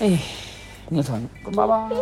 皆さんこんばんは。はい。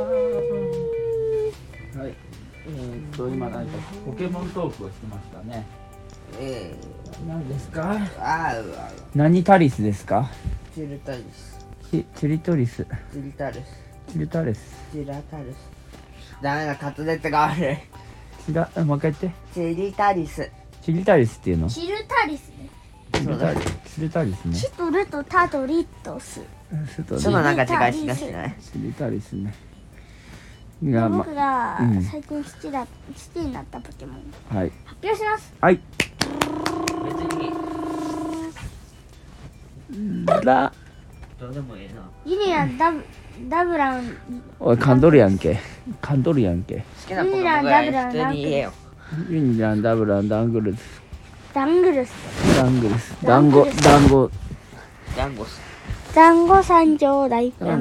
今何かポケモントークをしてましたね。何ですか？何タリスですか？ チルタリス。 チリトリス。 チリタリス。 チリタリス。 チラタリス。ダメだ、滑舌が悪い。 もう一回言って。 チリタリス。 チリタリスっていうの？ チルタリスね。 チリタリスね。 チとルとタとリットス。 ちょっとなんか違いしなしない。 チリタリスね。 僕が最近好きになったポケモン、 はい、 発表します。 はい。 別にどうでもいいな。 ユニランダブラン。 おい、噛んどるやんけ。 好きなポケモンぐらい普通に言えよ。 ユニランダブランダングルス。 ダンゴ三兄弟。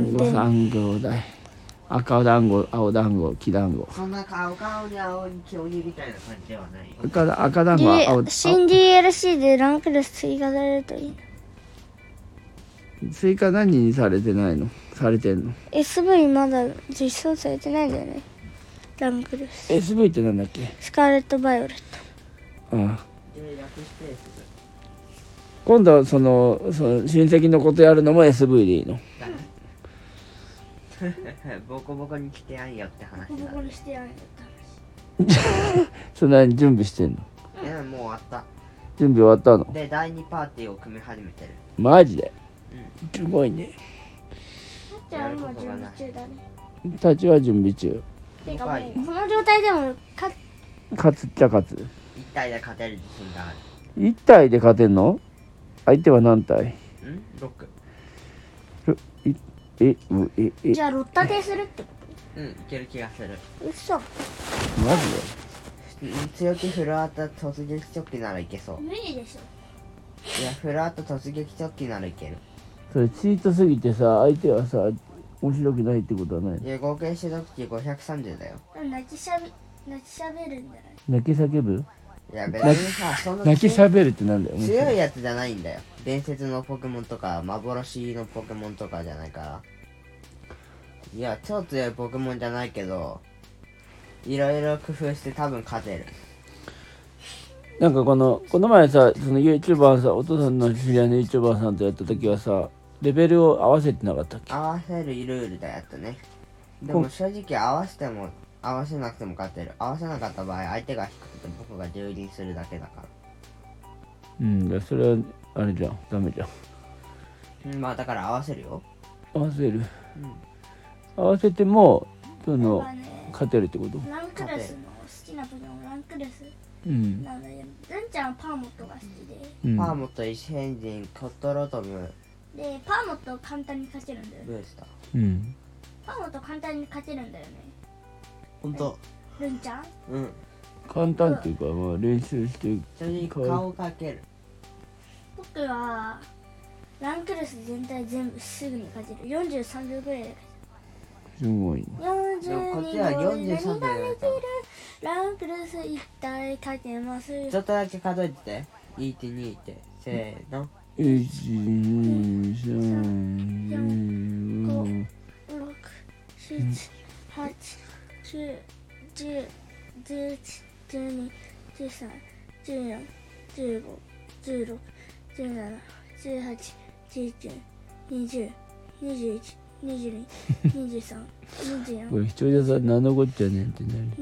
赤団子、青団子、黄団子。 そんな顔に青い恐竜みたいな感じではないよ。 赤団子は青。 新 DLC でランクレス追加されるといい。 追加何にされてないの？されてんの？ SV まだ実装されてないんだよね。ランクレス。 SV ってなんだっけ？ スカーレット・バイオレット。 ああ。今度その親戚のことやるのも SV でいいの？ ボコボコにしてやんよって話だ。 ボコボコにしてやんよって話。そんなに準備してんの？ もう終わった。 準備終わったの？ で、第2パーティーを組み始めてる。 マジで？すごいね。 タッチは今準備中だね。 タッチは準備中。 てかもうこの状態でも勝つっちゃ勝つ。 1体で勝てる自信がある。 1体で勝てんの？相手は何体 ？6。 じゃあロッタテするってこと？ いける気がする。 嘘。マジで？ 強気フルアート突撃チョッキならいけそう。 無理でしょ。 いや、フルアート突撃チョッキならいける。 それチートすぎてさ、相手はさ面白くないってことはない？ いや、合計種族値530だよ。 泣きしゃべるんじゃない？ 泣き叫ぶ？ いや、別にさ、そんな泣きしゃべるってなんだよ。 強いやつじゃないんだよ。伝説のポケモンとか幻のポケモンとかじゃないから。いや、超強いポケモンじゃないけど、いろいろ工夫して多分勝てる。 なんかこの前さ、その YouTuber さ、お父さんの知り合いの YouTuber さんとやった時はさ、レベルを合わせてなかったっけ？ 合わせるルールだやったね。でも正直合わせなくても勝てる。合わせなかった場合、相手が低くて僕が蹂躙するだけだから。 それはあれじゃん、ダメじゃん。まあだから合わせるよ。 合わせる。合わせても勝てるってこと？ ランクレスの好きなポケモンランクレス。なんだけど、ルンちゃんはパーモットが好きで。 パーモット、石変人、コットロトム。 で、パーモット簡単に勝てるんだよね。 ブースター。 パーモット簡単に勝てるんだよね。 ほんと？ ルンちゃん？ 簡単っていうか、まあ練習して正直顔かける。 僕はランクレス全体全部すぐに勝てる。43秒ぐらいで勝てる。 すごいね。 42秒で何ができる？ランクレス1体勝てますよ。 ちょっとだけ数えてて。1、2ってせーの。 1、2、3、4、5、 6、7、8、9、10、11、12、13、14、15、16、17、18、19、20、21、22、23、24、 これ視聴者さん何のこっちゃねんってなる。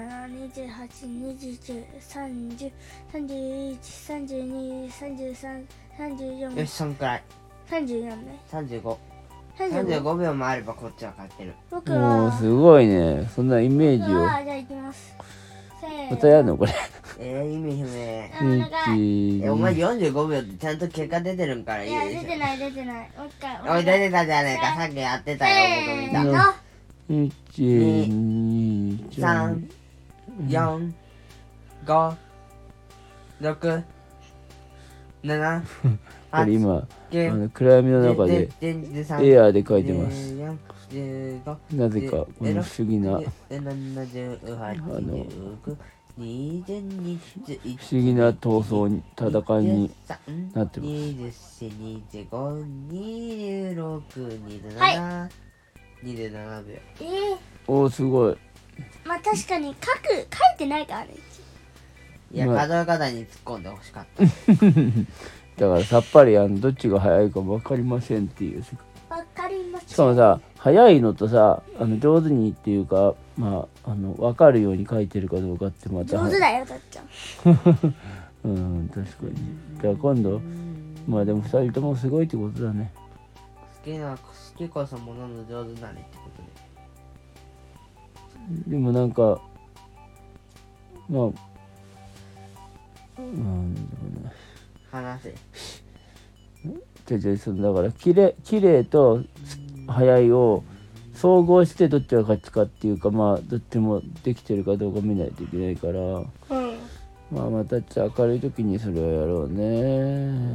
27、28、29、30、31、32、33、34。 よし、そんくらい。 34ね。 35。35秒もあればこっちは勝ってる。 僕はもうすごいね。そんなイメージを。 じゃあ行きます。 またやるのこれ？ 意味不明。お前45秒ってちゃんと結果出てるんからいや、出てない。もう一回。 おい、出てたじゃねえか。さっきやってたよ、僕見た。 1、2、 3、4、5、6、7、 これ今暗闇の中でエアーで書いてます。なぜかこの不思議な不思議な闘争に戦いになってます。 はい。 2で7秒。 おおすごい。 まあ確かに書いてないからね。 いや、 まあ角方に突っ込んでほしかった。 だからさっぱりどっちが速いか分かりませんっていう。 わかります。 しかもさ速いのとさ上手にっていうかまあ分かるように書いてるかどうかってまた上手だよたっちゃん。 うん確かに。じゃあ今度まあでも2人ともすごいってことだね。 好きこそものの上手なれってことで。 でもなんかまあなんだろうね。 話せ。 だから綺麗と速いを総合してどっちが勝つかっていうかまあどっちもできてるかどうか見ないといけないから、まあまた明るい時にそれをやろうね。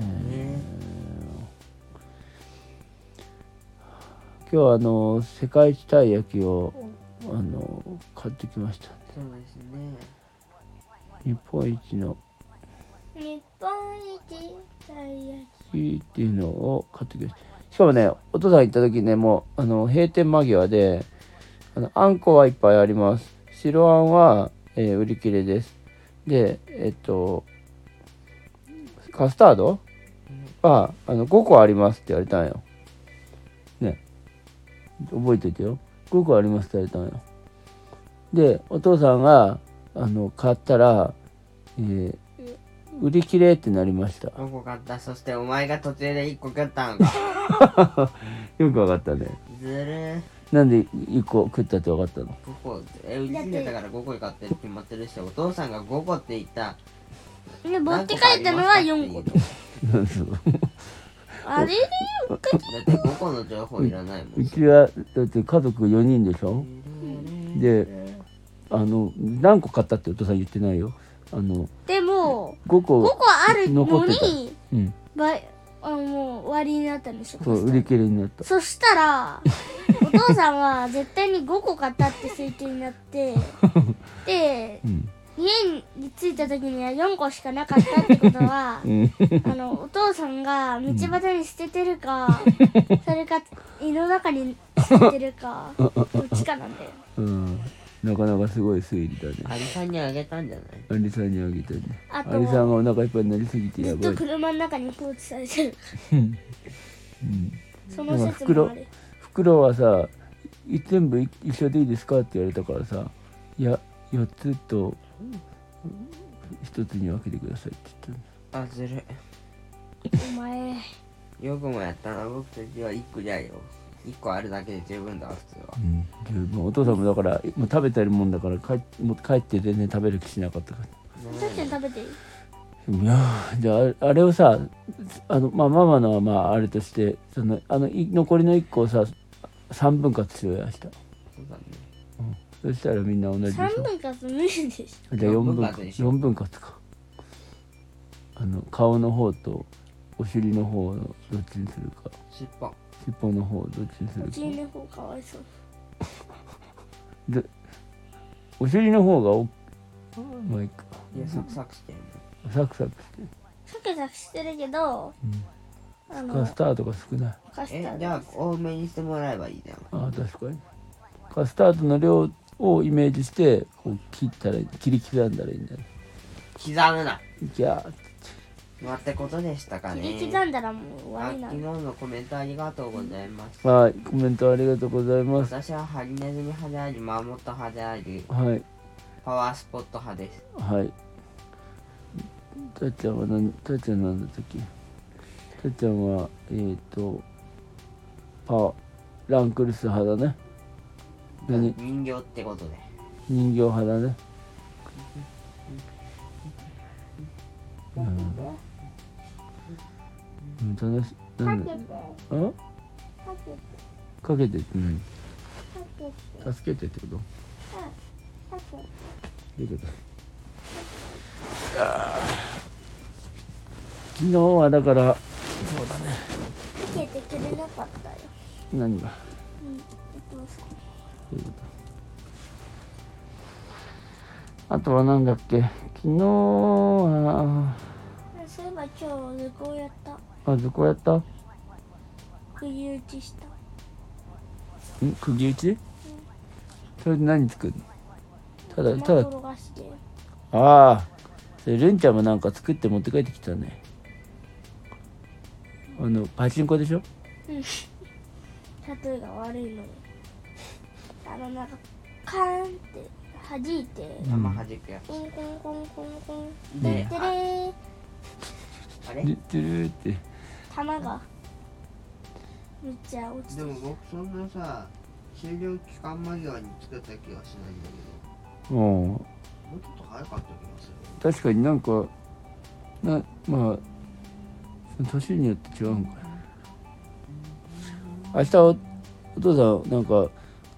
今日は世界一たい焼きを買ってきました。 そうですね。 日本一の日本一たい焼っていうのを買ってきました。しかもねお父さん行った時ねもう閉店間際であんこはいっぱいあります。白あんは、売り切れです。でカスタードは5個ありますって言われたんよね。覚えててよ。5個ありますって言われたんよ。でお父さんが買ったら、売り切れってなりました。 5個買った。そしてお前が途中で1個食ったのか。 よくわかったね。 ずるー。 なんで1個食ったってわかったの？ 5個売り切れたから5個買ってる決まってるし、お父さんが5個って言った。 で持って帰ったのは4個。あれでよだって5個の情報いらないもん。 うちはだって家族4人でしょ。で何個買ったってお父さん言ってないよ。 でも 5個あるの残ってた。 にもう終わりになったんでしょ。 そう売り切れになった。 そしたらお父さんは絶対に5個買ったって推定になってで、家に着いた時には4個しかなかったってことはお父さんが道端に捨ててるか、それか胃の中に捨ててるかどっちかなんだよ。 なかなかすごい推理だね。 アリさんにあげたんじゃない？ アリさんにあげたね。 あとアリさんがお腹いっぱいになりすぎてずっやばい。 と車の中に放置されてるそのなんか説もある。 袋はさ全部一緒でいいですかって言われたからさ、いや4つと1つに分けてくださいって言ったの。 あ、ずるお前い。よくもやったな。僕たちは1個じゃよ。1個あるだけで十分だわ普通は。 十分。お父さんもだからもう食べてるもんだからもう帰って全然食べる気しなかったから。 さっちゃん食べていい？ いやじゃああれをさまあママのはまああれとして残りの1個をさ3分割しようやした。 そうだね。 そしたらみんな同じでしょ。 3分割無理でしょ。 じゃあ 4 分割か。顔の方とお尻の方のどっちにするか。 尻尾。 尻尾の方どっちにするか。 お尻の方かわいそう。 でお尻の方がまあいいか。 いや、サクサクしてるサクサクしてサクサクしてるけど、 カスタードが少ない。 カスタードじゃあ多めにしてもらえばいいじゃん。 ああ確かに。カスタードの量をイメージしてこう切り刻んだらいいんだよ。 刻むな。 じゃあってことでしたかね。 切り刻んだらもう終わりな昨日の。 のコメントありがとうございます。 はいコメントありがとうございます。 私はハリネズミ派でありマーモット派でありはいパワースポット派です。 はい。たっちゃんはたっちゃんなんだったっけ。たっちゃんはランクルス派だね。 人形ってことで。 人形派だね。楽しい。なんだ。かけてって何？助けてってこと？どういうこと？昨日はだからそうだね。 かけてくれなかったよ。 何が？ お父さん。 どういうこと？あとはなんだっけ？昨日はそういえば今日図工やった。 図工やった？ 釘打ちした。 釘打ち？それで何作るの？ただ転がして。 ああ、それルンちゃんもなんか作って持って帰ってきたね。パチンコでしょ？ 例えが悪いのに。なんかカーンって弾いて。 弾くやつ。 コンコンコンコンコン。 ででてれー。 あれ？ でってるって弾がめっちゃ落ちてる。 でも僕そんなさ、終了期間間際に作った気がしないんだけど、 ももうちょっと早かった気がする。 う確かになんかまあ年によって違うんかな。明日お父さんなんか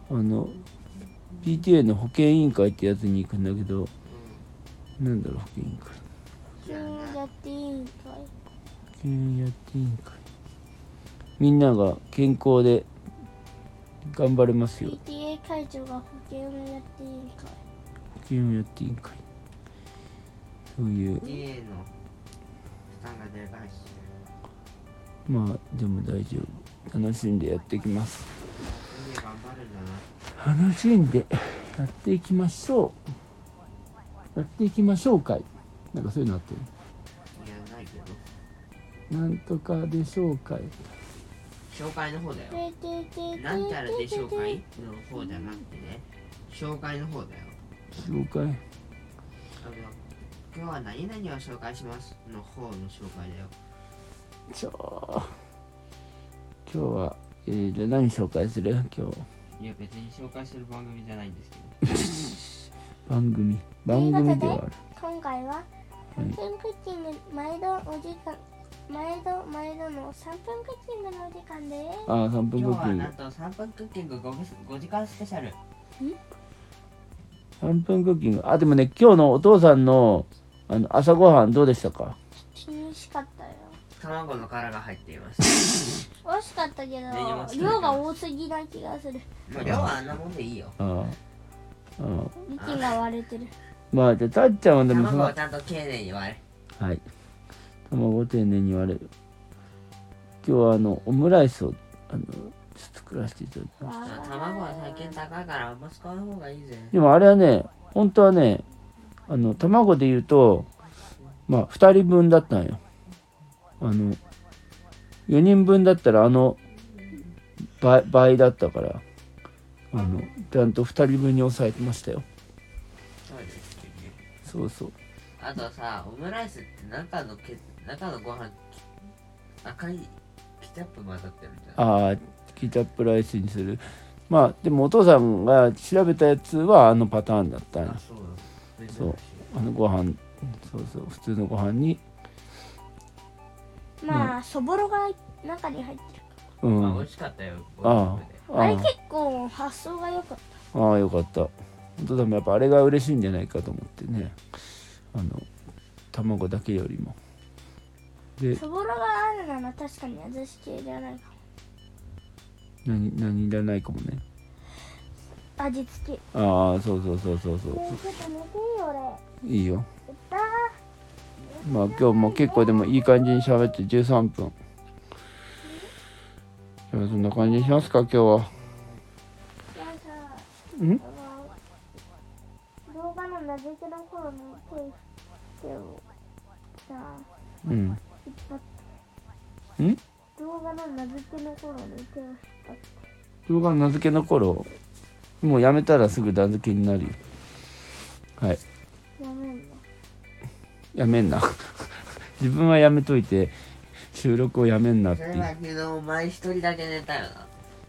PTA の保健委員会ってやつに行くんだけど、なんだろう、保健委員会。 やっていいんかい。 保健やっていいんかい。みんなが健康で頑張れますよ。 PTA 会長が保険をやっていいんかい。 保健をやっていいんかい。そういう PTA の負担がでかいし。 まあでも大丈夫、楽しんでやっていきます。 頑張るんじゃない？ 楽しんでやっていきましょう。やっていきましょうかい。なんかそういうのあってる。 いや、ないけど。 なんとかでしょうかい。 紹介の方だよ。なんちゃらで紹介の方じゃなくてね、紹介の方だよ。 紹介。 今日は何々を紹介しますの方の紹介だよ。 今日は、じゃあ何紹介する？今日。 いや、別に紹介する番組じゃないんですけど。 番組ではある。 今回は3分クッキング毎度の3分クッキングのお時間です。 ああ、3分クッキング。 今日はなんと3分クッキング 5時間スペシャル。 3分クッキング。あ、でもね、今日のお父さんの朝ごはんどうでしたか？ 美味しかったよ。 卵の殻が入っています。 美味しかったけど量が多すぎな気がする。 もう量はあんなもんでいいよ。 息が割れてる。 まあじゃあたっちゃんはでも卵をちゃんと丁寧に割れ。はい。卵を丁寧に割れる。今日はオムライスを作らせていただきました。 卵は最近高いからあんま使わない方がいいぜ。 でもあれはね、本当はね、卵で言うとまあ2人分だったんよ。4人分だったら倍だったからちゃんと2人分に抑えてましたよ。そうそう。 あとさ、オムライスって中のご飯赤いケチャップ混ざってるじゃん。 ああ、ケチャップライスにする。まあでもお父さんが調べたやつはパターンだったんよ。そうご飯、そう普通のご飯にまあそぼろが中に入ってる。 まあ美味しかったよ。 あれ結構発想が良かった。 ああ、よかった。お父さんもやっぱあれが嬉しいんじゃないかと思ってね、卵だけよりも。でそぼろがあるなら確かに味付けいらないかも。 何いらないかもね。 味付け。 ああ、そうちょっと寝ていいよ俺。 いいよ。まあ今日も結構でもいい感じに喋って13分。じゃあそんな感じにしますか今日は。 動画の名付けの頃に手をさ引っ張って。動画の名付けの頃に手を引っ張って。 動画の名付けの頃、もうやめたらすぐ名付けになるよ。はい。やめんな自分はやめといて収録をやめんなっていう。 それはけどお前一人だけ寝たよな。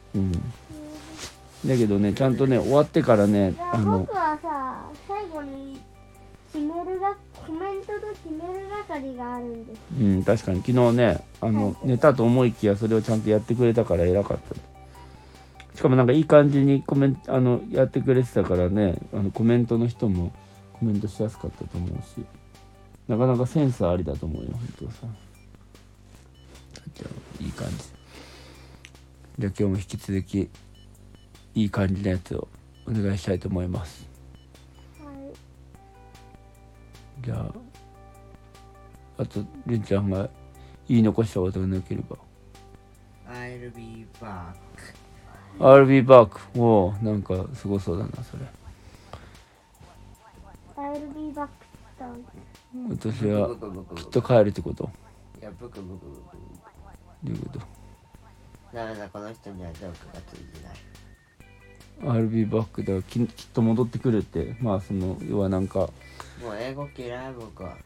だけどね、ちゃんとね終わってからね、 僕はさ、最後にコメントと決める係があるんです。 確かに昨日ね寝たと思いきやそれをちゃんとやってくれたから偉かった。しかもなんかいい感じにやってくれてたからね、コメントの人もコメントしやすかったと思うし、なかなかセンスありだと思うよ本当さ。じゃあいい感じ。じゃあ今日も引き続きいい感じのやつをお願いしたいと思います。じゃああとりんちゃんが言い残したことがなければ。 I'll be back。 I'll be back。おー、なんかすごそうだな、それ。 I'll be back だ。 私はブクブクブクきっと帰るってこと。 いや、ブクブクブクブク。 どういうこと？ ダメだ、この人にはジョークが通じない。 I'll be back だからきっと戻ってくるって、まあその要はなんかもう英語嫌い、僕は。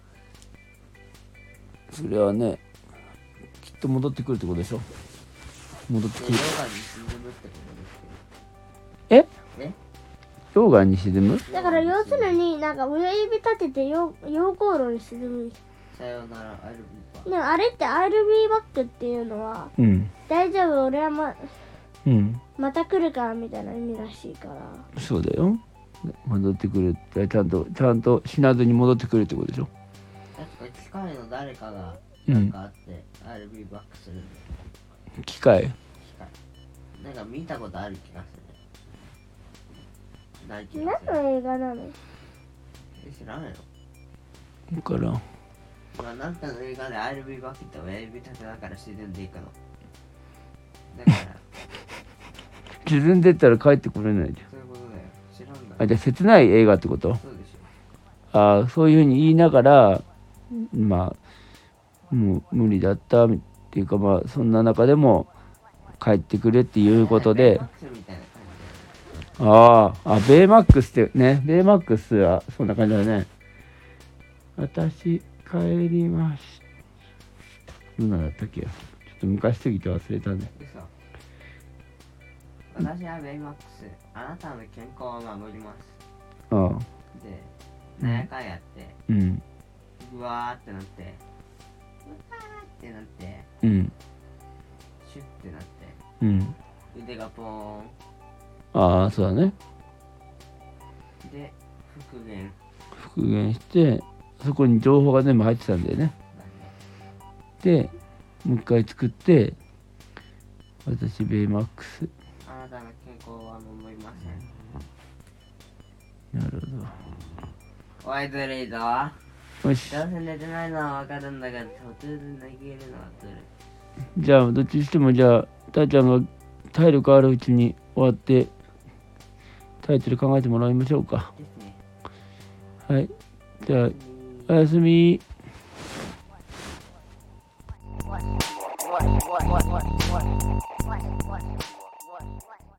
それはね、きっと戻ってくるってことでしょ。戻ってで、 くる。 ヨガに沈むってことですえ？ けど。え？ 溶岩に沈む？ だから要するになんか親指立てて溶鉱炉に沈む。 さようなら、I'll be back。 でもあれって I'll be back っていうのはうん大丈夫俺はうんまた来るからみたいな意味らしいから。 そうだよ。戻ってくるってちゃんと死なずに戻ってくるってことでしょ。 確か機械の誰かがなんかあって、I'll be back するんだよ。 機械？ 機械。なんか見たことある気がする。ない気がする。 何の映画なの？ 知らないの？ だからまあ、なんかの映画で I'll be back って親指立てだから沈んでいくの。だから沈んでったら帰ってこれないじそういうことだよ。知らんだ。 ゃん。あ、じゃあ切ない映画ってこと？ そうでしょ。 あ、そういうふうに言いながらまあもう無理だったっていうか、まあそんな中でも帰ってくれっていうことで、 ベイマックスみたいな感じだよ。 ベイマックスってね、ベイマックスはそんな感じだね。私帰りました。どんなだったっけ？ちょっと昔すぎて忘れたね。 嘘。私はベイマックス。あなたの健康を守ります。 ああ、 で、なんやかんやって、 うんうわーってなって、うわーってなって、 うんシュッてなって、 うん腕がポーン。 ああ、そうだね。 で、復元。 復元してそこに情報が全部入ってたんだよね。でもう一回作って私ベイマックス。 あなたの健康は守りません。 なるほおい、ずるいぞ。 ど。よし、 どうせ寝てないのはわかるんだが、途中で投げるのはずるい。 じゃあどっちにしても、じゃあたーちゃんが体力あるうちに終わってタイトル考えてもらいましょうか。 ですね。 はい、じゃあおやすみ。 what